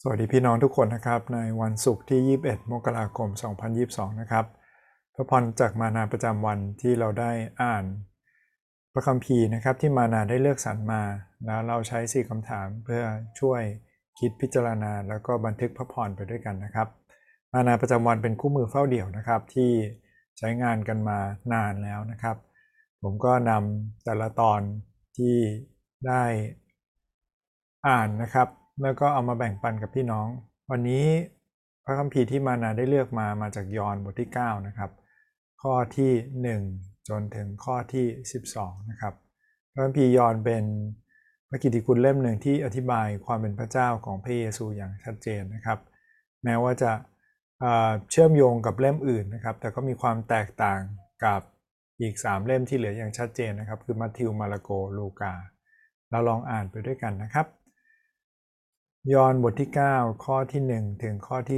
สวัสดีพี่น้องทุกคนนะครับในวันศุกร์ที่21มกราคม2022นะครับพระพรจากมานาประจำวันที่เราได้อ่านพระคัมภีร์นะครับที่มานาได้เลือกสรรมาแล้วเราใช้4คำถามเพื่อช่วยคิดพิจารณาแล้วก็บันทึกพระพรไปด้วยกันนะครับมานาประจำวันเป็นคู่มือเฝ้าเดี่ยวนะครับที่ใช้งานกันมานานแล้วนะครับผมก็นำแต่ละตอนที่ได้อ่านนะครับแล้วก็เอามาแบ่งปันกับพี่น้องวันนี้พระคัมภีร์ที่มานาได้เลือกมาจากยอห์นบทที่9นะครับข้อที่1จนถึงข้อที่12นะครับพระคัมภีร์ยอห์นเป็นพระกิตติคุณเล่มหนึ่งที่อธิบายความเป็นพระเจ้าของพระเยซูอย่างชัดเจนนะครับแม้ว่าจะเชื่อมโยงกับเล่มอื่นนะครับแต่ก็มีความแตกต่างกับอีก3เล่มที่เหลืออย่างชัดเจนนะครับคือมัทธิวมาระโกลูกาเราลองอ่านไปด้วยกันนะครับยอห์นบทที่9ข้อที่1ถึงข้อที่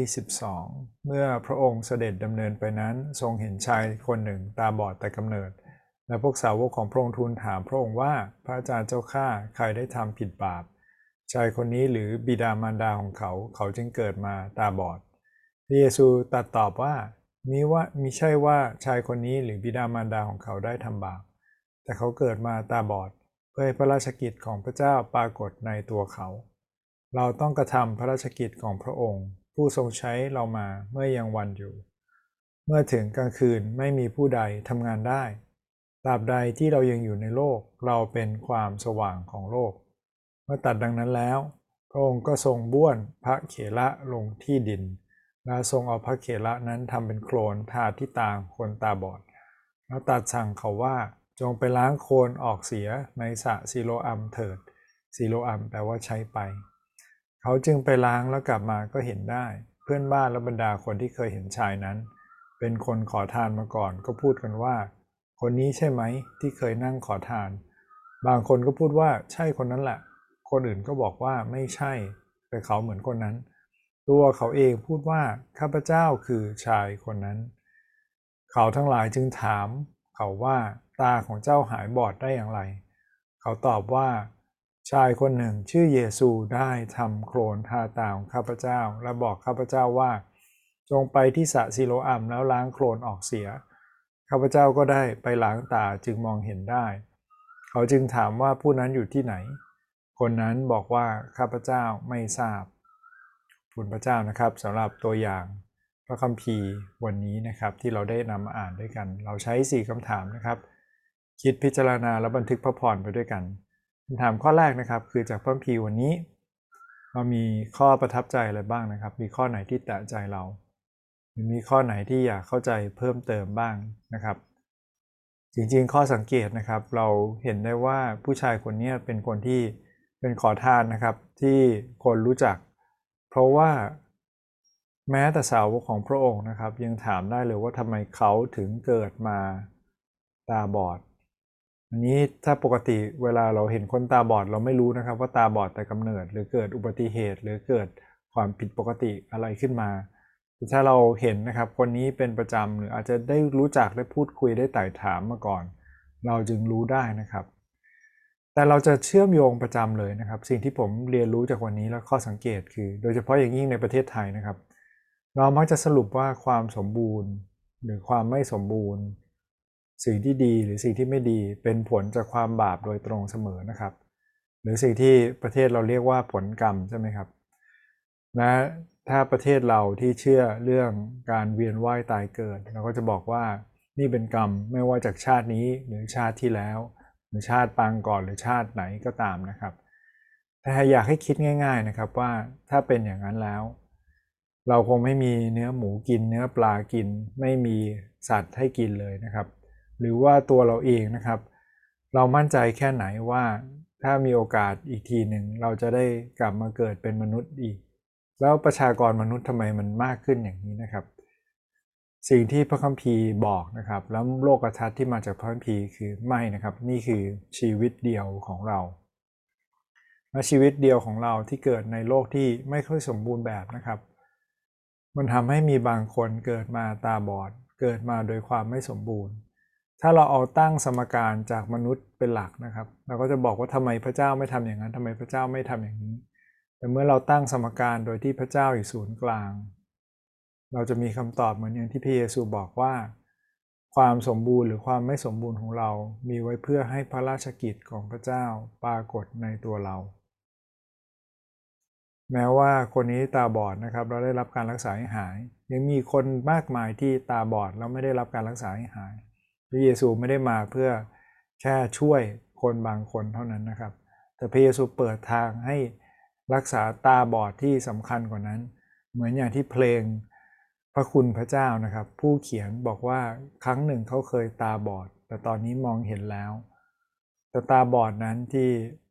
12เมื่อพระองค์เสด็จดำเนินไปนั้นทรงเห็นชายคนหนึ่งตาบอดแต่กำเนิดและพวกสาวกของพระองค์ทูลถามพระองค์ว่าพระอาจารย์เจ้าข้าใครได้ทำผิดบาปชายคนนี้หรือบิดามารดาของเขาจึงเกิดมาตาบอดพระเยซูตรัสตอบว่ามิใช่ว่าชายคนนี้หรือบิดามารดาของเขาได้ทำบาปแต่เขาเกิดมาตาบอดเพื่อให้พระราชกิจของพระเจ้าปรากฏในตัวเขาเราต้องกระทำพระราชกิจของพระองค์ผู้ทรงใช้เรามาเมื่อยังวันอยู่เมื่อถึงกลางคืนไม่มีผู้ใดทำงานได้ตราบใดที่เรายังอยู่ในโลกเราเป็นความสว่างของโลกเมื่อตัดดังนั้นแล้วพระองค์ก็ทรงบ้วนพระเขละลงที่ดินและทรงเอาพระเขละนั้นทำเป็นโคลนทาที่ตาคนตาบอดแล้วตรัสสั่งเขาว่าจงไปล้างโคลนออกเสียในสระซิโลอัมเถิดซิโลอัมแปลว่าใช้ไปเขาจึงไปล้างแล้วกลับมาก็เห็นได้เพื่อนบ้านและบรรดาคนที่เคยเห็นชายนั้นเป็นคนขอทานมาก่อนก็พูดกันว่าคนนี้ใช่ไหมที่เคยนั่งขอทานบางคนก็พูดว่าใช่คนนั้นแหละคนอื่นก็บอกว่าไม่ใช่แต่เขาเหมือนคนนั้นตัวเขาเองพูดว่าข้าพเจ้าคือชายคนนั้นเขาทั้งหลายจึงถามเขาว่าตาของเจ้าหายบอดได้อย่างไรเขาตอบว่าชายคนหนึ่งชื่อเยซูได้ทำโคลนทาตาของข้าพเจ้าและบอกข้าพเจ้าว่าจงไปที่สระซิโลอัมแล้วล้างโคลนออกเสียข้าพเจ้าก็ได้ไปล้างตาจึงมองเห็นได้เขาจึงถามว่าผู้นั้นอยู่ที่ไหนคนนั้นบอกว่าข้าพเจ้าไม่ทราบขอบคุณพระเจ้านะครับสำหรับตัวอย่างพระคัมภีร์วันนี้นะครับที่เราได้นำมาอ่านด้วยกันเราใช้4คำถามนะครับคิดพิจารณาและบันทึกพระพรไปด้วยกันคำถามข้อแรกนะครับคือจากพระคัมภีร์วันนี้เรามีข้อประทับใจอะไรบ้างนะครับมีข้อไหนที่แตะใจเราหรือมีข้อไหนที่อยากเข้าใจเพิ่มเติมบ้างนะครับจริงๆข้อสังเกตนะครับเราเห็นได้ว่าผู้ชายคนนี้เป็นคนที่เป็นขอทานนะครับที่คนรู้จักเพราะว่าแม้แต่สาวกของพระองค์นะครับยังถามได้เลยว่าทำไมเขาถึงเกิดมาตาบอดอันนี้ถ้าปกติเวลาเราเห็นคนตาบอดเราไม่รู้นะครับว่าตาบอดแต่กำเนิดหรือเกิดอุบัติเหตุหรือเกิดความผิดปกติอะไรขึ้นมาถ้าเราเห็นนะครับคนนี้เป็นประจำหรืออาจจะได้รู้จักได้พูดคุยได้ไต่ถามมาก่อนเราจึงรู้ได้นะครับแต่เราจะเชื่อมโยงประจำเลยนะครับสิ่งที่ผมเรียนรู้จากวันนี้และข้อสังเกตคือโดยเฉพาะอย่างยิ่งในประเทศไทยนะครับเรามักจะสรุปว่าความสมบูรณ์หรือความไม่สมบูรณ์สิ่งที่ดีหรือสิ่งที่ไม่ดีเป็นผลจากความบาปโดยตรงเสมอนะครับหรือสิ่งที่ประเทศเราเรียกว่าผลกรรมใช่ไหมครับและถ้าประเทศเราที่เชื่อเรื่องการเวียนว่ายตายเกิดเราก็จะบอกว่านี่เป็นกรรมไม่ว่าจากชาตินี้หรือชาติที่แล้วหรือชาติปางก่อนหรือชาติไหนก็ตามนะครับแต่อยากให้คิดง่ายๆนะครับว่าถ้าเป็นอย่างนั้นแล้วเราคงไม่มีเนื้อหมูกินเนื้อปลากินไม่มีสัตว์ให้กินเลยนะครับหรือว่าตัวเราเองนะครับเรามั่นใจแค่ไหนว่าถ้ามีโอกาสอีกทีหนึ่งเราจะได้กลับมาเกิดเป็นมนุษย์อีกแล้วประชากรมนุษย์ทำไมมันมากขึ้นอย่างนี้นะครับสิ่งที่พระคัมภีร์บอกนะครับแล้วโลกทัศน์ที่มาจากพระคัมภีร์คือไม่นะครับนี่คือชีวิตเดียวของเราและชีวิตเดียวของเราที่เกิดในโลกที่ไม่ค่อยสมบูรณ์แบบนะครับมันทำให้มีบางคนเกิดมาตาบอดเกิดมาโดยความไม่สมบูรณ์ถ้าเราเอาตั้งสมการจากมนุษย์เป็นหลักนะครับเราก็จะบอกว่าทำไมพระเจ้าไม่ทำอย่างนั้นทำไมพระเจ้าไม่ทำอย่างนี้แต่เมื่อเราตั้งสมการโดยที่พระเจ้าอยู่ศูนย์กลางเราจะมีคำตอบเหมือนอย่างที่พระเยซูบอกว่าความสมบูรณ์หรือความไม่สมบูรณ์ของเรามีไว้เพื่อให้พระราชกิจของพระเจ้าปรากฏในตัวเราแม้ว่าคนนี้ตาบอดนะครับเราได้รับการรักษาให้หายยังมีคนมากมายที่ตาบอดแล้วไม่ได้รับการรักษาให้หายพระเยซูไม่ได้มาเพื่อแค่ช่วยคนบางคนเท่านั้นนะครับแต่พระเยซูเปิดทางให้รักษาตาบอดที่สำคัญกว่านั้นเหมือนอย่างที่เพลงพระคุณพระเจ้านะครับผู้เขียนบอกว่าครั้งหนึ่งเขาเคยตาบอดแต่ตอนนี้มองเห็นแล้วแต่ตาบอดนั้นที่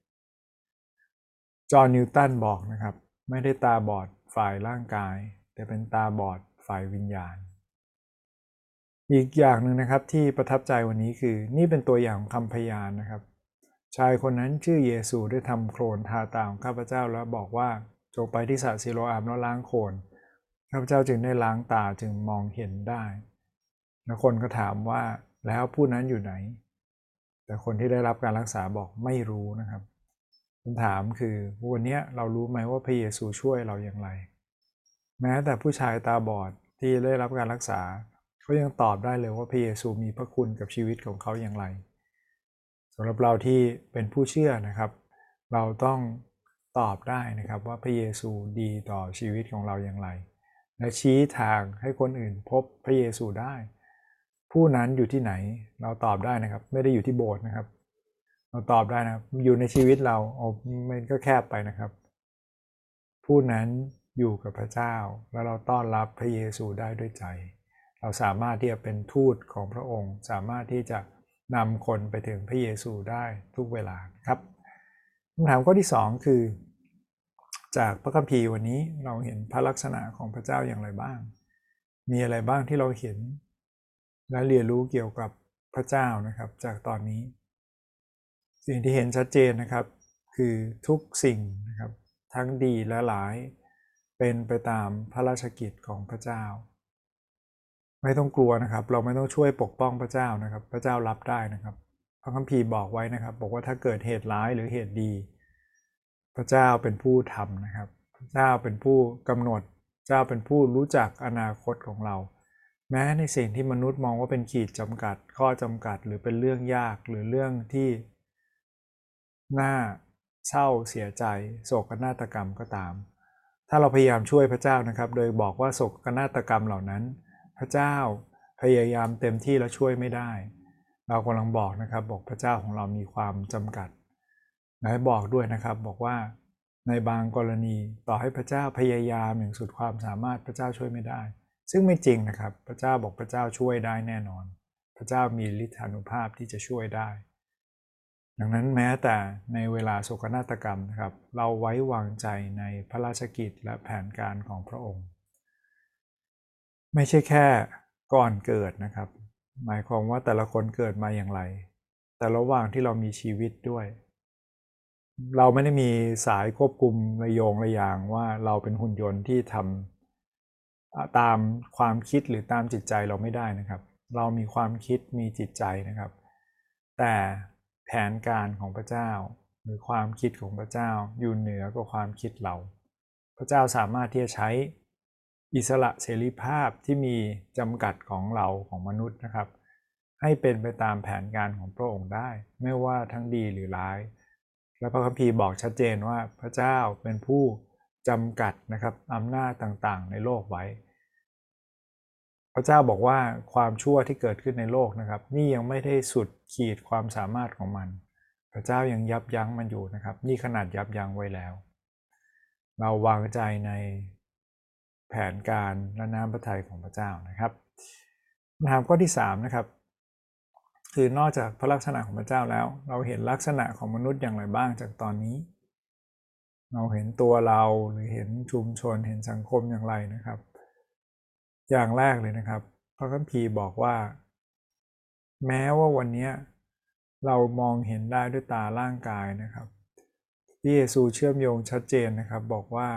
จอห์นนิวตันบอกนะครับไม่ได้ตาบอดฝ่ายร่างกายแต่เป็นตาบอดฝ่ายวิญญาณอีกอย่างหนึ่งนะครับที่ประทับใจวันนี้คือนี่เป็นตัวอย่างคำพยานนะครับชายคนนั้นชื่อเยซูได้ทำโคลนทาตาของข้าพเจ้าแล้วบอกว่าจงไปที่สระซิโลอาแล้วล้างโคลนข้าพเจ้าจึงได้ล้างตาจึงมองเห็นได้แล้วคนก็ถามว่าแล้วผู้นั้นอยู่ไหนแต่คนที่ได้รับการรักษาบอกไม่รู้นะครับคำถามคือวันนี้เรารู้ไหมว่าพระเยซูช่วยเราอย่างไรแม้แต่ผู้ชายตาบอดที่ได้รับการรักษาเขายังตอบได้เลยว่าพระเยซูมีพระคุณกับชีวิตของเขาอย่างไรสำหรับเราที่เป็นผู้เชื่อนะครับเราต้องตอบได้นะครับว่าพระเยซูดีต่อชีวิตของเราอย่างไรและชี้ทางให้คนอื่นพบพระเยซูได้ผู้นั้นอยู่ที่ไหนเราตอบได้นะครับไม่ได้อยู่ที่โบสถ์นะครับเราตอบได้นะครับอยู่ในชีวิตเรามันก็แคบไปนะครับผู้นั้นอยู่กับพระเจ้าแล้วเราต้อนรับพระเยซูได้ด้วยใจเราสามารถที่จะเป็นทูตของพระองค์สามารถที่จะนำคนไปถึงพระเยซูได้ทุกเวลาครับคำถามข้อที่2คือจากพระคัมภีร์วันนี้เราเห็นพระลักษณะของพระเจ้าอย่างไรบ้างมีอะไรบ้างที่เราเห็นและเรียนรู้เกี่ยวกับพระเจ้านะครับจากตอนนี้สิ่งที่เห็นชัดเจนนะครับคือทุกสิ่งนะครับทั้งดีและร้ายเป็นไปตามพระราชกิจของพระเจ้าไม่ต้องกลัวนะครับเราไม่ต้องช่วยปกป้องพระเจ้านะครับพระเจ้ารับได้นะครับพระคัมภีร์บอกไว้นะครับบอกว่าถ้าเกิดเหตุร้ายหรือเหตุดีพระเจ้าเป็นผู้ทำนะครับพระเจ้าเป็นผู้กำหนดเจ้าเป็นผู้รู้จักอนาคตของเราแม้ในสิ่งที่มนุษย์มองว่าเป็นขีดจำกัดข้อจำกัดหรือเป็นเรื่องยากหรือเรื่องที่น่าเศร้าเสียใจโศกนาฏกรรมก็ตามถ้าเราพยายามช่วยพระเจ้านะครับโดยบอกว่าโศกนาฏกรรมเหล่านั้นพระเจ้าพยายามเต็มที่แล้วช่วยไม่ได้เรากำลังบอกนะครับบอกพระเจ้าของเรามีความจำกัดและบอกด้วยนะครับบอกว่าในบางกรณีต่อให้พระเจ้าพยายามอย่างสุดความสามารถพระเจ้าช่วยไม่ได้ซึ่งไม่จริงนะครับพระเจ้าบอกพระเจ้าช่วยได้แน่นอนพระเจ้ามีฤทธานุภาพที่จะช่วยได้ดังนั้นแม้แต่ในเวลาโศกนาฏกรรมนะครับเราไว้วางใจในพระราชกิจและแผนการของพระองค์ไม่ใช่แค่ก่อนเกิดนะครับหมายความว่าแต่ละคนเกิดมาอย่างไรแต่ระหว่างที่เรามีชีวิตด้วยเราไม่ได้มีสายควบคุมระโยงระยางว่าเราเป็นหุ่นยนต์ที่ทำตามความคิดหรือตามจิตใจเราไม่ได้นะครับเรามีความคิดมีจิตใจนะครับแต่แผนการของพระเจ้าหรือความคิดของพระเจ้าอยู่เหนือกว่าความคิดเราพระเจ้าสามารถที่จะใช้อิสระเสรีภาพที่มีจำกัดของเราของมนุษย์นะครับให้เป็นไปตามแผนการของพระองค์ได้ไม่ว่าทั้งดีหรือร้ายและพระคัมภีร์บอกชัดเจนว่าพระเจ้าเป็นผู้จำกัดนะครับอำนาจต่างๆในโลกไว้พระเจ้าบอกว่าความชั่วที่เกิดขึ้นในโลกนะครับนี่ยังไม่ได้สุดขีดความสามารถของมันพระเจ้ายังยับยั้งมันอยู่นะครับนี่ขนาดยับยั้งไว้แล้วเราวางใจในแผนการและน้ำพระทัยของพระเจ้านะครับคำถามข้อที่3นะครับคือนอกจากพระลักษณะของพระเจ้าแล้วเราเห็นลักษณะของมนุษย์อย่างไรบ้างจากตอนนี้เราเห็นตัวเราหรือเห็นชุมชนเห็นสังคมอย่างไรนะครับอย่างแรกเลยนะครับพระคัมภีร์บอกว่าแม้ว่าวันนี้เรามองเห็นได้ด้วยตาร่างกายนะครับพระเยซูเชื่อมโยงชัดเจนนะครับบอกว่า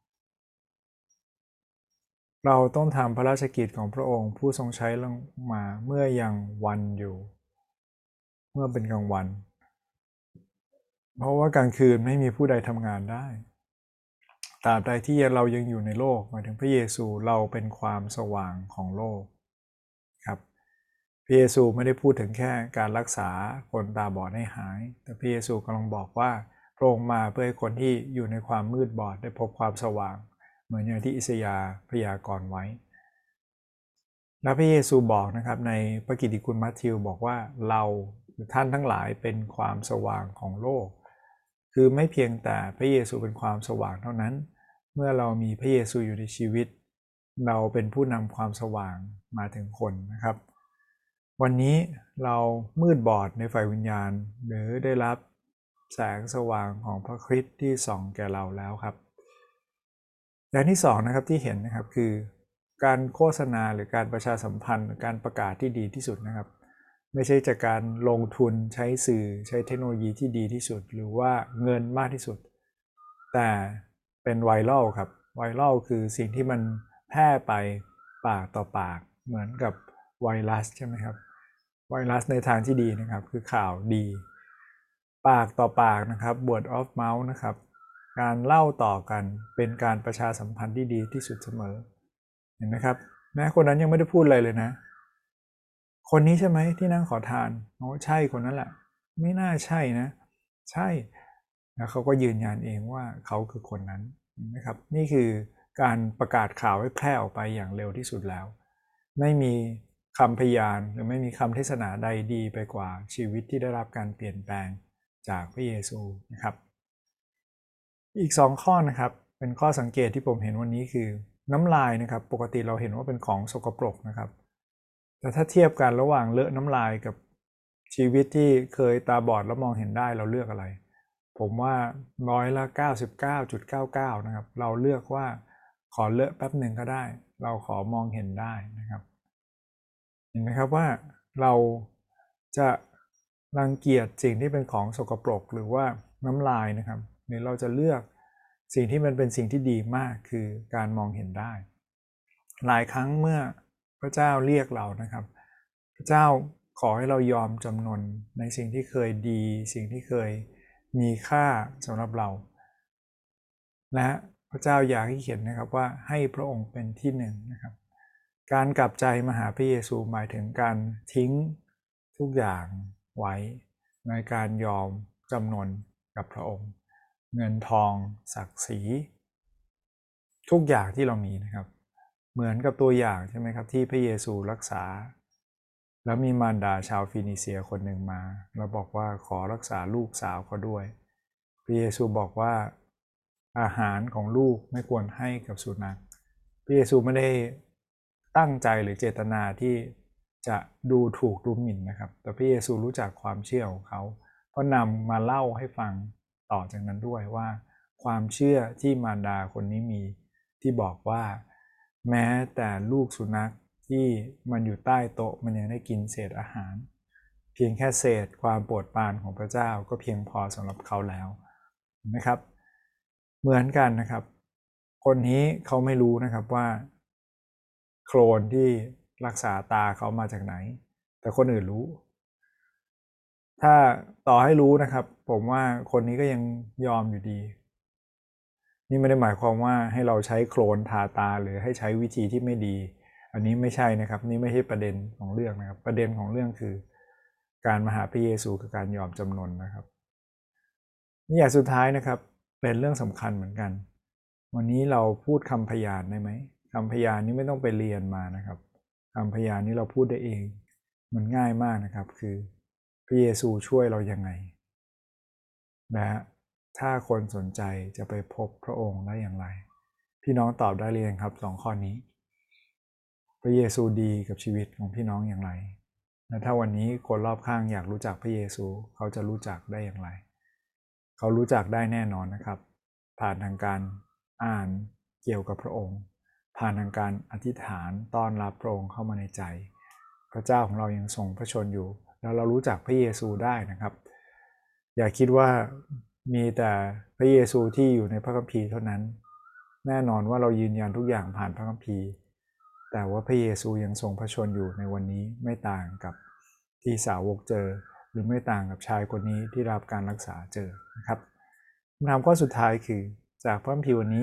เราต้องทำพระราชกิจของพระองค์ผู้ทรงใช้ลงมาเมื่อยังวันอยู่เมื่อเป็นกลางวันเพราะว่ากลางคืนไม่มีผู้ใดทำงานได้ตราบใดที่เรายังอยู่ในโลกหมายถึงพระเยซูเราเป็นความสว่างของโลกครับพระเยซูไม่ได้พูดถึงแค่การรักษาคนตาบอดให้หายแต่พระเยซูกำลังบอกว่าพระองค์มาเพื่อให้คนที่อยู่ในความมืดบอดได้พบความสว่างเหมือนอย่างที่อิสยาห์พยากรณ์ไว้และพระเยซูบอกนะครับในพระกิตติคุณมัทธิวบอกว่าเราหรือท่านทั้งหลายเป็นความสว่างของโลกคือไม่เพียงแต่พระเยซูเป็นความสว่างเท่านั้นเมื่อเรามีพระเยซูอยู่ในชีวิตเราเป็นผู้นำความสว่างมาถึงคนนะครับวันนี้เรามืดบอดในฝ่ายวิญญาณหรือได้รับแสงสว่างของพระคริสต์ที่ส่องแก่เราแล้วครับอย่างที่สองนะครับที่เห็นนะครับคือการโฆษณาหรือการประชาสัมพันธ์หรือการประกาศที่ดีที่สุดนะครับไม่ใช่จากการลงทุนใช้สื่อใช้เทคโนโลยีที่ดีที่สุดหรือว่าเงินมากที่สุดแต่เป็นไวรัลครับไวรัลคือสิ่งที่มันแพร่ไปปากต่อปากเหมือนกับไวรัสใช่ไหมครับไวรัสในทางที่ดีนะครับคือข่าวดีปากต่อปากนะครับ word of mouth นะครับการเล่าต่อกันเป็นการประชาสัมพันธ์ที่ดีที่สุดเสมอเห็นไหมครับแม้คนนั้นยังไม่ได้พูดอะไรเลยนะคนนี้ใช่ไหมที่นั่งขอทานอ๋อใช่คนนั้นแหละไม่น่าใช่นะใช่แล้วเขาก็ยืนยันเองว่าเขาคือคนนั้นนะครับนี่คือการประกาศข่าวให้แพร่ออกไปอย่างเร็วที่สุดแล้วไม่มีคำพยานหรือไม่มีคำเทศนาใดดีไปกว่าชีวิตที่ได้รับการเปลี่ยนแปลงจากพระเยซูนะครับอีก2ข้อนะครับเป็นข้อสังเกตที่ผมเห็นวันนี้คือน้ำลายนะครับปกติเราเห็นว่าเป็นของสกปรกนะครับแต่ถ้าเทียบกันระหว่างเลอะน้ำลายกับชีวิตที่เคยตาบอดแล้วมองเห็นได้เราเลือกอะไรผมว่า99.99นะครับเราเลือกว่าขอเลอะแป๊บหนึ่งก็ได้เราขอมองเห็นได้นะครับเห็นไหมครับว่าเราจะรังเกียจสิ่งที่เป็นของสกปรกหรือว่าน้ำลายนะครับหรือเราจะเลือกสิ่งที่มันเป็นสิ่งที่ดีมากคือการมองเห็นได้หลายครั้งเมื่อพระเจ้าเรียกเรานะครับพระเจ้าขอให้เรายอมจำนนในสิ่งที่เคยดีสิ่งที่เคยมีค่าสำหรับเราและพระเจ้าอยากให้เห็นนะครับว่าให้พระองค์เป็นที่หนึ่งนะครับการกลับใจมาหาพระเยซูหมายถึงการทิ้งทุกอย่างไว้ในการยอมจำนนกับพระองค์เงินทองศักดิ์ศรีทุกอย่างที่เรามีนะครับเหมือนกับตัวอย่างใช่ไหมครับที่พระเยซูรักษาแล้วมีมารดาชาวฟินิเซียคนหนึ่งมาแล้วบอกว่าขอรักษาลูกสาวเขาด้วยพระเยซูบอกว่าอาหารของลูกไม่ควรให้กับสุนัขพระเยซูไม่ได้ตั้งใจหรือเจตนาที่จะดูถูกดูหมิ่นนะครับแต่พระเยซูรู้จักความเชื่อของเขาก็นำมาเล่าให้ฟังต่อจากนั้นด้วยว่าความเชื่อที่มารดาคนนี้มีที่บอกว่าแม้แต่ลูกสุนัขที่มันอยู่ใต้โต๊ะมันยังได้กินเศษอาหารเพียงแค่เศษความโปรดปรานของพระเจ้าก็เพียงพอสำหรับเขาแล้วนะครับเหมือนกันนะครับคนนี้เขาไม่รู้นะครับว่าโคลนที่รักษาตาเขามาจากไหนแต่คนอื่นรู้ถ้าต่อให้รู้นะครับผมว่าคนนี้ก็ยังยอมอยู่ดีนี่ไม่ได้หมายความว่าให้เราใช้โคลนทาตาหรือให้ใช้วิธีที่ไม่ดีอันนี้ไม่ใช่นะครับนี่ไม่ใช่ประเด็นของเรื่องนะครับประเด็นของเรื่องคือการมาหาพระเยซูคือการยอมจำนนนะครับนี่อย่างสุดท้ายนะครับเป็นเรื่องสำคัญเหมือนกันวันนี้เราพูดคำพยานได้ไหมคำพยานนี้ไม่ต้องไปเรียนมานะครับคำพยานนี้เราพูดได้เองมันง่ายมากนะครับคือพระเยซูช่วยเรายังไงนะถ้าคนสนใจจะไปพบพระองค์ได้อย่างไรพี่น้องตอบได้เลยครับ2 ข้อนี้พระเยซูดีกับชีวิตของพี่น้องอย่างไรและถ้าวันนี้คนรอบข้างอยากรู้จักพระเยซูเขาจะรู้จักได้อย่างไรเขารู้จักได้แน่นอนนะครับผ่านทางการอ่านเกี่ยวกับพระองค์ผ่านทางการอธิษฐานต้อนรับพระองค์เข้ามาในใจพระเจ้าของเรายังทรงพระชนอยู่แล้วเรารู้จักพระเยซูได้นะครับอย่าคิดว่ามีแต่พระเยซูที่อยู่ในพระคัมภีร์เท่านั้นแน่นอนว่าเรายืนยันทุกอย่างผ่านพระคัมภีร์แต่ว่าพระเยซูยังทรงพระชนอยู่ในวันนี้ไม่ต่างกับที่สาวกเจอหรือไม่ต่างกับชายคนนี้ที่รับการรักษาเจอนะครับคำถามข้อสุดท้ายคือจากพระคัมภีร์วันนี้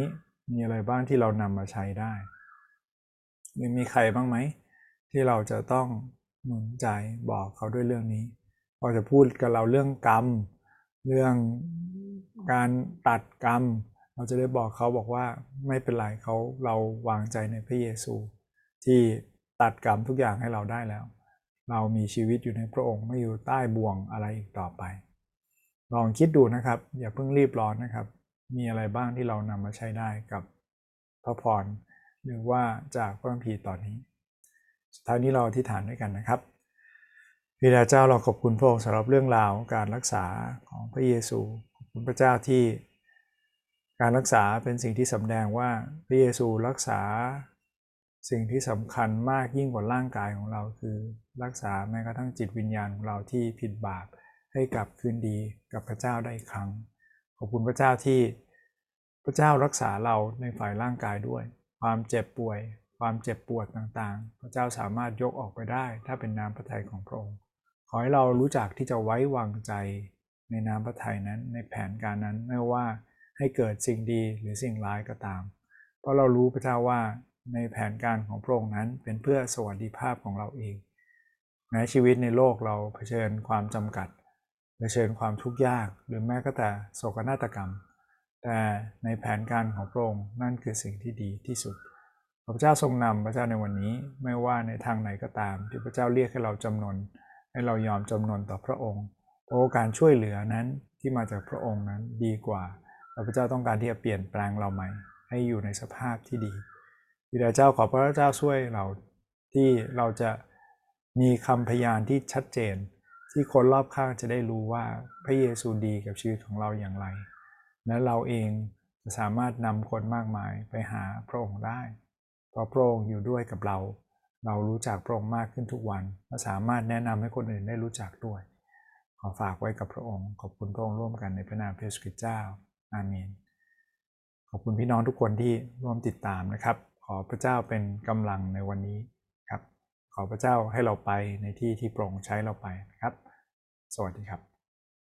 มีอะไรบ้างที่เรานำมาใช้ได้มีใครบ้างไหมที่เราจะต้องหนุนใจบอกเขาด้วยเรื่องนี้พอจะพูดกับเราเรื่องกรรมเรื่องการตัดกรรมเราจะได้บอกเขาบอกว่าไม่เป็นไรเราวางใจในพระเยซูที่ตัดกรรมทุกอย่างให้เราได้แล้วเรามีชีวิตอยู่ในพระองค์ไม่อยู่ใต้บ่วงอะไรอีกต่อไปลองคิดดูนะครับอย่าเพิ่งรีบร้อนนะครับมีอะไรบ้างที่เรานำมาใช้ได้กับพระพรหรือว่าจากพระคัมภีร์ตอนนี้สุดท้ายนี้เราอธิษฐานด้วยกันนะครับบิดาเจ้าเราขอบคุณพระองค์สำหรับเรื่องราวการรักษาของพระเยซูขอบคุณพระเจ้าที่การรักษาเป็นสิ่งที่สำแดงว่าพระเยซูรักษาสิ่งที่สำคัญมากยิ่งกว่าร่างกายของเราคือรักษาแม้กระทั่งจิตวิญญาณของเราที่ผิดบาปให้กลับคืนดีกับพระเจ้าได้อีกครั้งขอบคุณพระเจ้าที่พระเจ้ารักษาเราในฝ่ายร่างกายด้วยความเจ็บป่วยความเจ็บปวดต่างๆพระเจ้าสามารถยกออกไปได้ถ้าเป็นน้ำพระทัยของพระองค์ขอให้เรารู้จักที่จะไว้วางใจในน้ำพระทัยนั้นในแผนการนั้นไม่ว่าให้เกิดสิ่งดีหรือสิ่งร้ายก็ตามเพราะเรารู้พระเจ้าว่าในแผนการของพระองค์นั้นเป็นเพื่อสวัสดิภาพของเราเองแม้ชีวิตในโลกเราเผชิญความจำกัดเผชิญความทุกข์ยากหรือแม้ก็แต่โศกนาฏกรรมแต่ในแผนการของพระองค์นั่นคือสิ่งที่ดีที่สุดพระเจ้าทรงนำพระเจ้าในวันนี้ไม่ว่าในทางไหนก็ตามที่พระเจ้าเรียกให้เราจำนนให้เรายอมจำนนต่อพระองค์เพราะการช่วยเหลือนั้นที่มาจากพระองค์นั้นดีกว่าพระเจ้าต้องการที่จะเปลี่ยนแปลงเราใหม่ให้อยู่ในสภาพที่ดีบิดาเจ้าขอพระเจ้าช่วยเราที่เราจะมีคำพยานที่ชัดเจนที่คนรอบข้างจะได้รู้ว่าพระเยซูดีกับชีวิตของเราอย่างไรและเราเองจะสามารถนำคนมากมายไปหาพระองค์ได้เพราะพระองค์อยู่ด้วยกับเรารู้จักพระองค์มากขึ้นทุกวันและสามารถแนะนำให้คนอื่นได้รู้จักด้วยขอฝากไว้กับพระองค์ขอบคุณพระองค์ร่วมกันในพระนามพระเยซูคริสต์เจ้าอาเมนขอบคุณพี่น้องทุกคนที่ร่วมติดตามนะครับขอพระเจ้าเป็นกำลังในวันนี้ครับขอพระเจ้าให้เราไปในที่ที่โปร่งใช้เราไปนะครับสวัสดีครับ